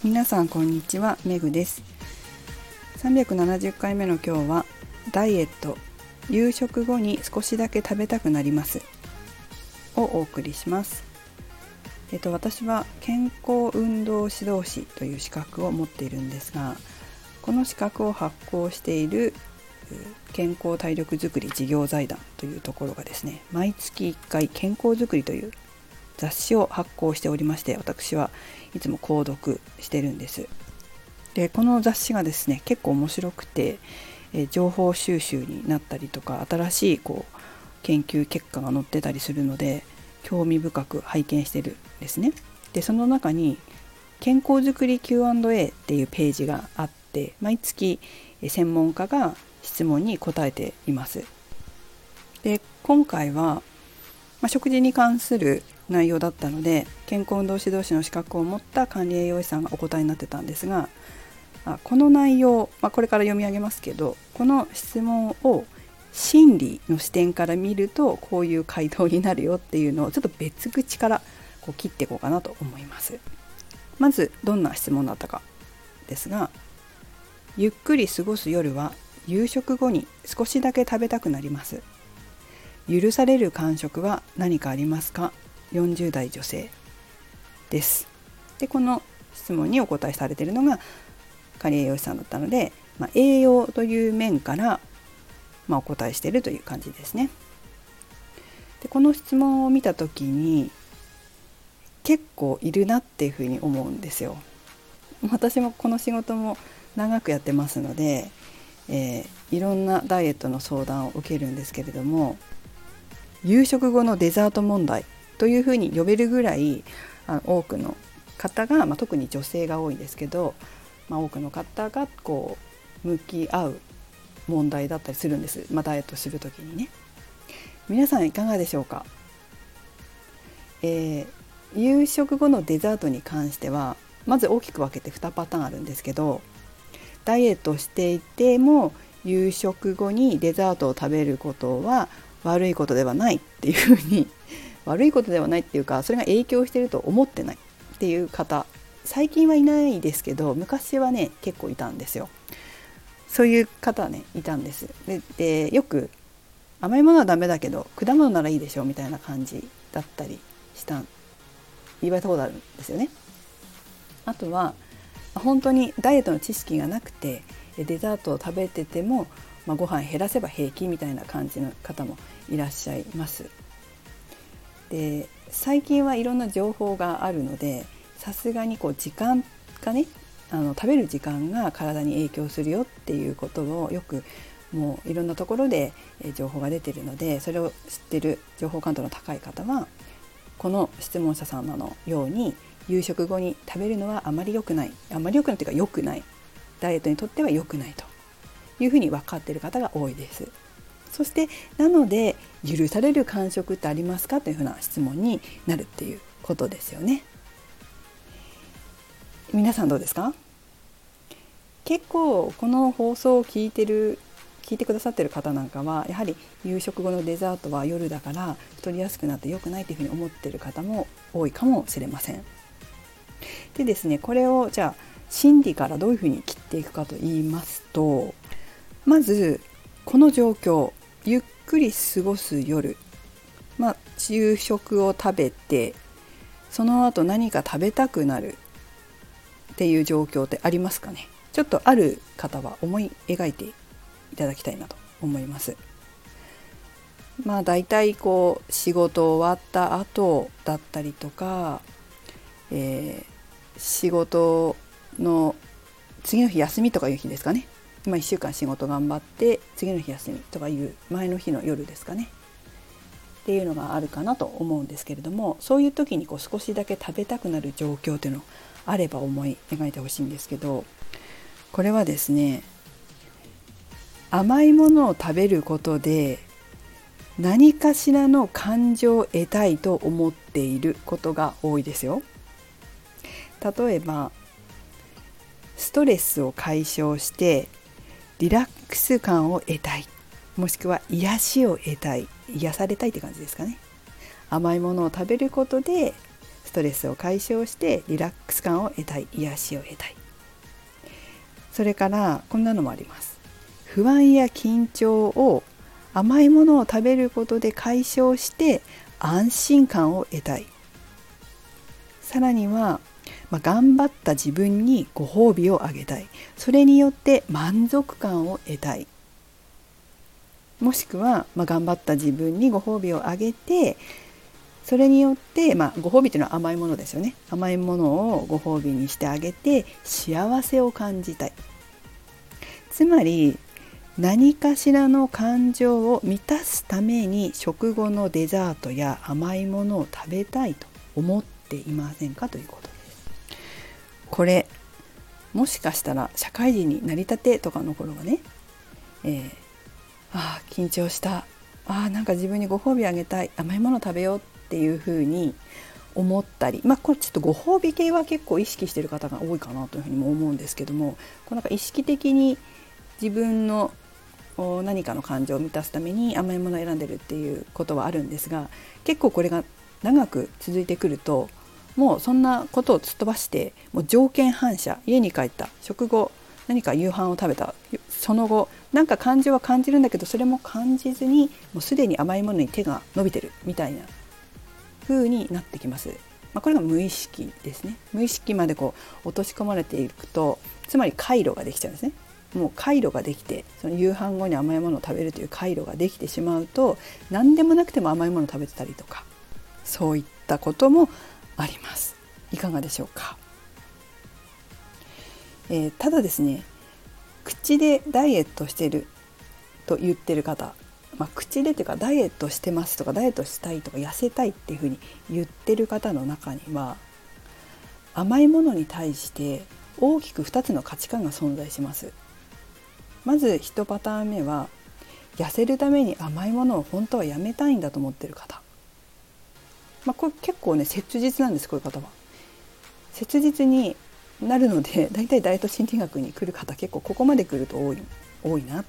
皆さんこんにちは、めぐです。370回目の今日はダイエット、夕食後に少しだけ食べたくなりますをお送りします。私は健康運動指導士という資格を持っているんですが、この資格を発行している健康体力づくり事業財団というところがですね、毎月1回健康づくりという雑誌を発行しておりまして、私はいつも購読してるんです。でこの雑誌がですね、結構面白くて、情報収集になったりとか、新しい研究結果が載ってたりするので、興味深く拝見してるんですね。でその中に健康づくり Q&A っていうページがあって、毎月専門家が質問に答えています。で今回は、食事に関する内容だったので、健康運動指導士の資格を持った管理栄養士さんがお答えになってたんですが、この内容、これから読み上げますけど、この質問を心理の視点から見るとこういう回答になるよっていうのをちょっと別口から切っていこうかなと思います。まずどんな質問だったかですが、ゆっくり過ごす夜は夕食後に少しだけ食べたくなります。許される間食は何かありますか？40代女性です。でこの質問にお答えされているのが管理栄養士さんだったので、栄養という面から、お答えしているという感じですね。でこの質問を見た時に結構いるなっていうふうに思うんですよ。私もこの仕事も長くやってますので、いろんなダイエットの相談を受けるんですけれども、夕食後のデザート問題というふうに呼べるぐらい多くの方が、特に女性が多いんですけど、多くの方が向き合う問題だったりするんです。ダイエットするときにね。皆さんいかがでしょうか？夕食後のデザートに関しては、まず大きく分けて2パターンあるんですけど、ダイエットしていても夕食後にデザートを食べることは悪いことではないっていうふうに悪いことではないっていうか、それが影響していると思ってないっていう方、最近はいないですけど昔はね結構いたんですよ。そういう方はねいたんです。でよく甘いものはダメだけど果物ならいいでしょみたいな感じだったり言われたことあるんですよね。あとは本当にダイエットの知識がなくてデザートを食べてても、ご飯減らせば平気みたいな感じの方もいらっしゃいます。で最近はいろんな情報があるので、さすがに時間がね、食べる時間が体に影響するよっていうことをよくもういろんなところで情報が出ているので、それを知ってる情報感度の高い方はこの質問者さんのように夕食後に食べるのはあまり良くない、というか良くない、ダイエットにとっては良くないというふうに分かっている方が多いです。そしてなので許される間食ってありますかというふうな質問になるっていうことですよね。皆さんどうですか？結構この放送を聞いてくださっている方なんかは、やはり夕食後のデザートは夜だから太りやすくなって良くないというふうに思っている方も多いかもしれません。でですね、これをじゃあ心理からどういうふうに切っていくかと言いますと、まずこの状況、ゆっくり過ごす夜、夕食を食べてその後何か食べたくなるっていう状況ってありますかね？ちょっとある方は思い描いていただきたいなと思います。だいたい仕事終わった後だったりとか、仕事の次の日休みとかいう日ですかね。1週間仕事頑張って次の日休みとかいう前の日の夜ですかねっていうのがあるかなと思うんですけれども、そういう時に少しだけ食べたくなる状況っていうのあれば思い描いてほしいんですけど、これはですね、甘いものを食べることで何かしらの感情を得たいと思っていることが多いですよ。例えばストレスを解消してリラックス感を得たい、もしくは癒しを得たい、癒されたいって感じですかね。甘いものを食べることでストレスを解消してリラックス感を得たい、癒しを得たい。それからこんなのもあります。不安や緊張を甘いものを食べることで解消して安心感を得たい。さらには、頑張った自分にご褒美をあげたい。それによって満足感を得たい。もしくは、頑張った自分にご褒美をあげて、それによって、ご褒美というのは甘いものですよね。甘いものをご褒美にしてあげて幸せを感じたい。つまり何かしらの感情を満たすために食後のデザートや甘いものを食べたいと思っていませんかということです。これもしかしたら社会人になりたてとかの頃はね、緊張した、なんか自分にご褒美あげたい、甘いもの食べようっていうふうに思ったり、これちょっとご褒美系は結構意識している方が多いかなというふうにも思うんですけども、なんか意識的に自分の何かの感情を満たすために甘いものを選んでるっていうことはあるんですが、結構これが長く続いてくるともうそんなことを突っ飛ばして、もう条件反射、家に帰った、食後何か夕飯を食べた、その後なんか感情は感じるんだけどそれも感じずにもうすでに甘いものに手が伸びてるみたいな風になってきます。これが無意識ですね。無意識まで落とし込まれていくと、つまり回路ができちゃうんですね。もう回路ができて、その夕飯後に甘いものを食べるという回路ができてしまうと、何でもなくても甘いものを食べてたりとか、そういったこともあります。いかがでしょうか。ただですね、口でダイエットしていると言ってる方、口でというかダイエットしてますとかダイエットしたいとか痩せたいっていうふうに言ってる方の中には、甘いものに対して大きく2つの価値観が存在します。まず1パターン目は、痩せるために甘いものを本当はやめたいんだと思ってる方、これ結構ね切実なんです。こういう方は切実になるので、だいたいダイエット心理学に来る方結構ここまで来ると多いなって、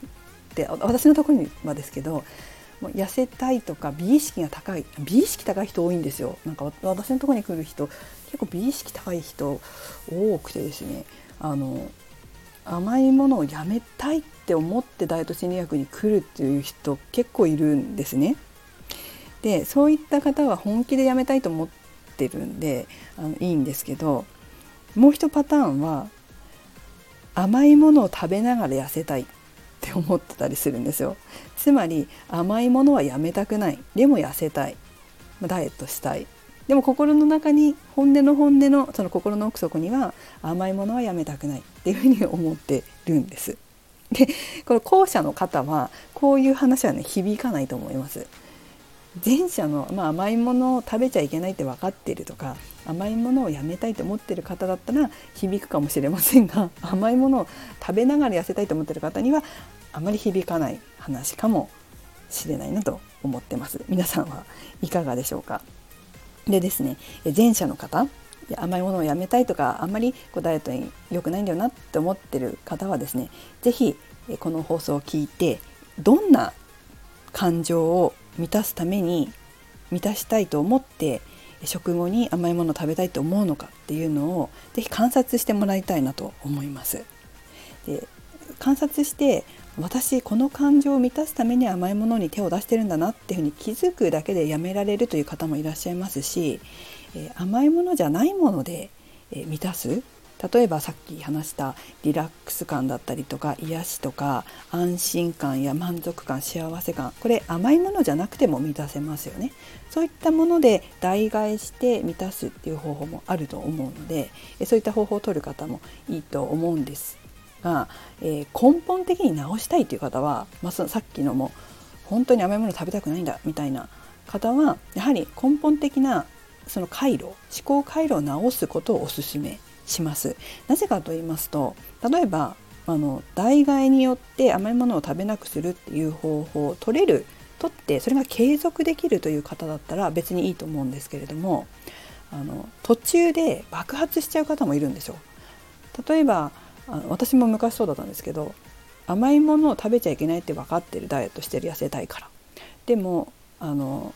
私のところにはですけど、もう痩せたいとか美意識が高い、美意識高い人多いんですよ。なんか私のところに来る人結構美意識高い人多くてですね、甘いものをやめたいって思ってダイエット心理学に来るっていう人結構いるんですね。でそういった方は本気でやめたいと思ってるんでいいんですけど、もう一パターンは甘いものを食べながら痩せたいって思ってたりするんですよ。つまり甘いものはやめたくない、でも痩せたい、ダイエットしたい、でも心の中に本音のその心の奥底には甘いものはやめたくないっていうふうに思ってるんです。でこの後者の方はこういう話はね響かないと思います。前者の、甘いものを食べちゃいけないって分かっているとか、甘いものをやめたいと思っている方だったら響くかもしれませんが、甘いものを食べながら痩せたいと思っている方にはあまり響かない話かもしれないなと思ってます。皆さんはいかがでしょうか。でですね、前者の方、甘いものをやめたいとかあんまりダイエットに良くないんだよなって思っている方はですね、ぜひこの放送を聞いて、どんな感情を満たすために満たしたいと思って食後に甘いものを食べたいと思うのかっていうのをぜひ観察してもらいたいなと思います。で観察して、私この感情を満たすために甘いものに手を出してるんだなっていうふうに気づくだけでやめられるという方もいらっしゃいますし、甘いものじゃないもので満たす、例えばさっき話したリラックス感だったりとか癒しとか安心感や満足感、幸せ感、これ甘いものじゃなくても満たせますよね。そういったもので代替して満たすっていう方法もあると思うので、そういった方法を取る方もいいと思うんですが、根本的に治したいという方は、さっきのも本当に甘いもの食べたくないんだみたいな方は、やはり根本的なその回路、思考回路を直すことをお勧めします。なぜかと言いますと、例えば代替によって甘いものを食べなくするっていう方法を取ってそれが継続できるという方だったら別にいいと思うんですけれども、途中で爆発しちゃう方もいるんですよ。例えば私も昔そうだったんですけど、甘いものを食べちゃいけないって分かってる、ダイエットしてる、痩せたいから。でも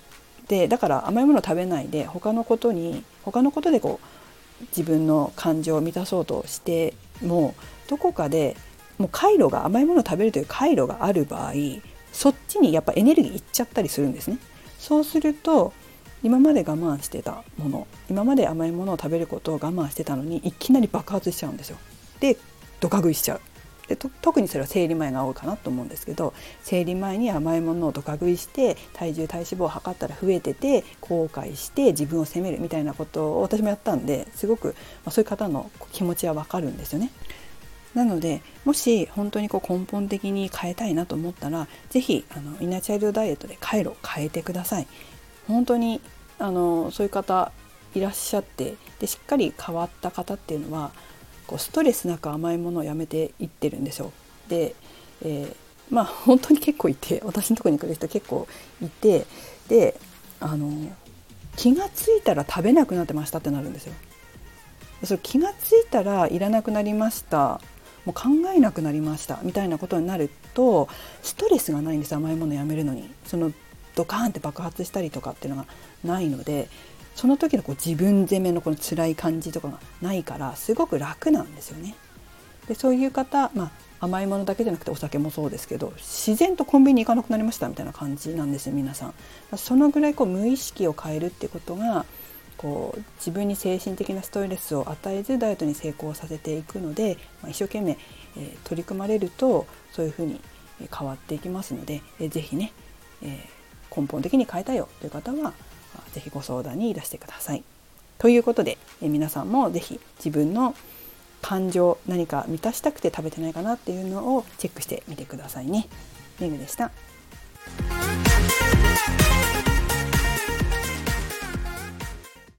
でだから甘いものを食べないで他のことでこう自分の感情を満たそうとしても、どこかでもう甘いものを食べるという回路がある場合、そっちにやっぱエネルギーいっちゃったりするんですね。そうすると今まで我慢してたもの、今まで甘いものを食べることを我慢してたのにいきなり爆発しちゃうんですよ。でドカ食いしちゃう。で特にそれは生理前が多いかなと思うんですけど、生理前に甘いものをドカ食いして体脂肪を測ったら増えてて後悔して自分を責めるみたいなことを私もやったんで、すごく、そういう方の気持ちはわかるんですよね。なのでもし本当に根本的に変えたいなと思ったら、ぜひインナーチャイルドダイエットで回路を変えてください。本当にそういう方いらっしゃって、でしっかり変わった方っていうのはストレスなく甘いものをやめていってるんですよ。で、本当に結構いて、私のところに来る人結構いて、で気がついたら食べなくなってましたってなるんですよ。それ気がついたらいらなくなりました、もう考えなくなりましたみたいなことになると、ストレスがないんです。甘いものをやめるのにドカーンって爆発したりとかっていうのがないので、その時の自分責めの辛い感じとかがないから、すごく楽なんですよね。でそういう方、甘いものだけじゃなくてお酒もそうですけど、自然とコンビニ行かなくなりましたみたいな感じなんですよ、皆さん。そのぐらい無意識を変えるっていうことが自分に精神的なストレスを与えずダイエットに成功させていくので、一生懸命、取り組まれるとそういうふうに変わっていきますので、ぜひね、根本的に変えたいよという方はぜひご相談にいらしてください。ということで、皆さんもぜひ自分の感情、何か満たしたくて食べてないかなっていうのをチェックしてみてくださいね。めぐでした。